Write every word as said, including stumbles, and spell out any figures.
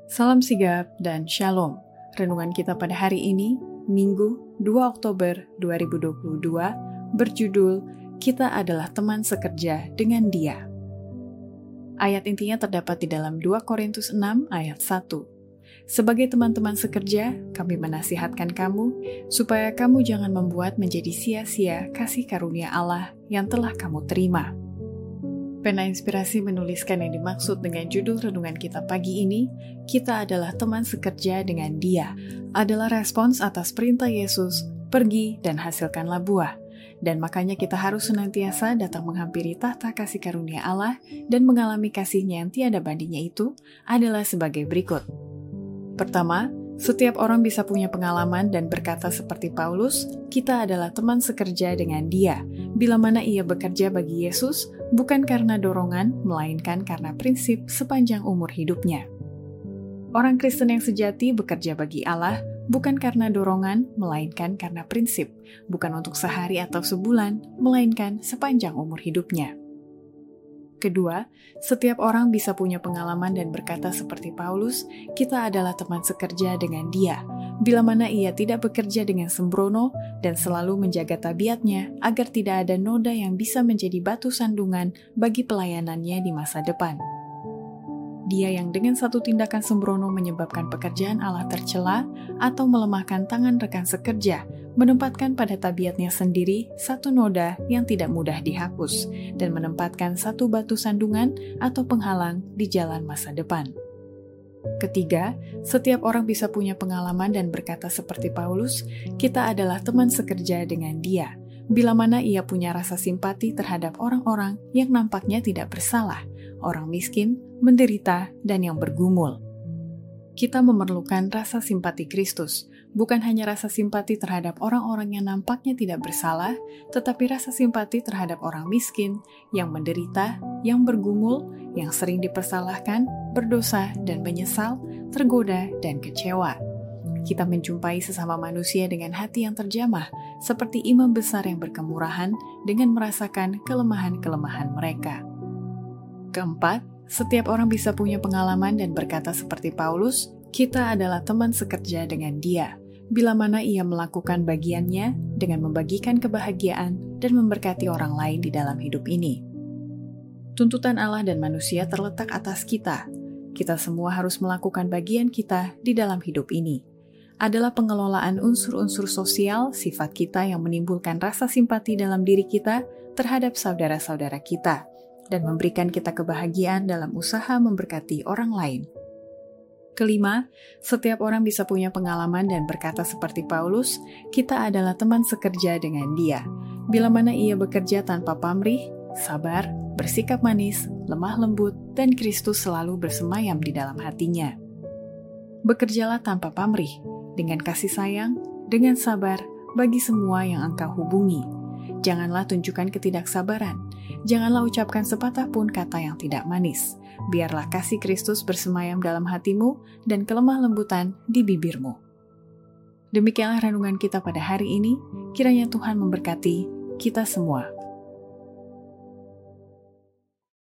Salam sigap dan shalom. Renungan kita pada hari ini, Minggu dua Oktober dua ribu dua puluh dua, berjudul Kita adalah teman sekerja dengan Dia. Ayat intinya terdapat di dalam dua Korintus enam ayat satu. Sebagai teman-teman sekerja, kami menasihatkan kamu, supaya kamu jangan membuat menjadi sia-sia kasih karunia Allah yang telah kamu terima. Pena Inspirasi menuliskan yang dimaksud dengan judul renungan kita pagi ini, kita adalah teman sekerja dengan Dia, adalah respons atas perintah Yesus, pergi dan hasilkanlah buah. Dan makanya kita harus senantiasa datang menghampiri tahta kasih karunia Allah dan mengalami kasih-Nya yang tiada bandingnya itu adalah sebagai berikut. Pertama, setiap orang bisa punya pengalaman dan berkata seperti Paulus, kita adalah teman sekerja dengan Dia, bila mana ia bekerja bagi Yesus, bukan karena dorongan, melainkan karena prinsip sepanjang umur hidupnya. Orang Kristen yang sejati bekerja bagi Allah, bukan karena dorongan, melainkan karena prinsip, bukan untuk sehari atau sebulan, melainkan sepanjang umur hidupnya. Kedua, setiap orang bisa punya pengalaman dan berkata seperti Paulus, kita adalah teman sekerja dengan Dia, bila mana ia tidak bekerja dengan sembrono dan selalu menjaga tabiatnya agar tidak ada noda yang bisa menjadi batu sandungan bagi pelayanannya di masa depan. Dia yang dengan satu tindakan sembrono menyebabkan pekerjaan Allah tercela atau melemahkan tangan rekan sekerja, menempatkan pada tabiatnya sendiri satu noda yang tidak mudah dihapus, dan menempatkan satu batu sandungan atau penghalang di jalan masa depan. Ketiga, setiap orang bisa punya pengalaman dan berkata seperti Paulus, kita adalah teman sekerja dengan Dia, bila mana ia punya rasa simpati terhadap orang-orang yang nampaknya tidak bersalah, orang miskin, menderita, dan yang bergumul. Kita memerlukan rasa simpati Kristus, bukan hanya rasa simpati terhadap orang-orang yang nampaknya tidak bersalah, tetapi rasa simpati terhadap orang miskin, yang menderita, yang bergumul, yang sering dipersalahkan, berdosa, dan menyesal, tergoda, dan kecewa. Kita menjumpai sesama manusia dengan hati yang terjamah, seperti imam besar yang berkemurahan dengan merasakan kelemahan-kelemahan mereka. Keempat, setiap orang bisa punya pengalaman dan berkata seperti Paulus, kita adalah teman sekerja dengan Dia, bila mana ia melakukan bagiannya dengan membagikan kebahagiaan dan memberkati orang lain di dalam hidup ini. Tuntutan Allah dan manusia terletak atas kita. Kita semua harus melakukan bagian kita di dalam hidup ini. Adalah pengelolaan unsur-unsur sosial sifat kita yang menimbulkan rasa simpati dalam diri kita terhadap saudara-saudara kita, dan memberikan kita kebahagiaan dalam usaha memberkati orang lain. Kelima, setiap orang bisa punya pengalaman dan berkata seperti Paulus, kita adalah teman sekerja dengan Dia, bila mana ia bekerja tanpa pamrih, sabar, bersikap manis, lemah lembut, dan Kristus selalu bersemayam di dalam hatinya. Bekerjalah tanpa pamrih, dengan kasih sayang, dengan sabar, bagi semua yang engkau hubungi. Janganlah tunjukkan ketidaksabaran. Janganlah ucapkan sepatah pun kata yang tidak manis. Biarlah kasih Kristus bersemayam dalam hatimu dan kelemah lembutan di bibirmu. Demikianlah renungan kita pada hari ini. Kiranya Tuhan memberkati kita semua.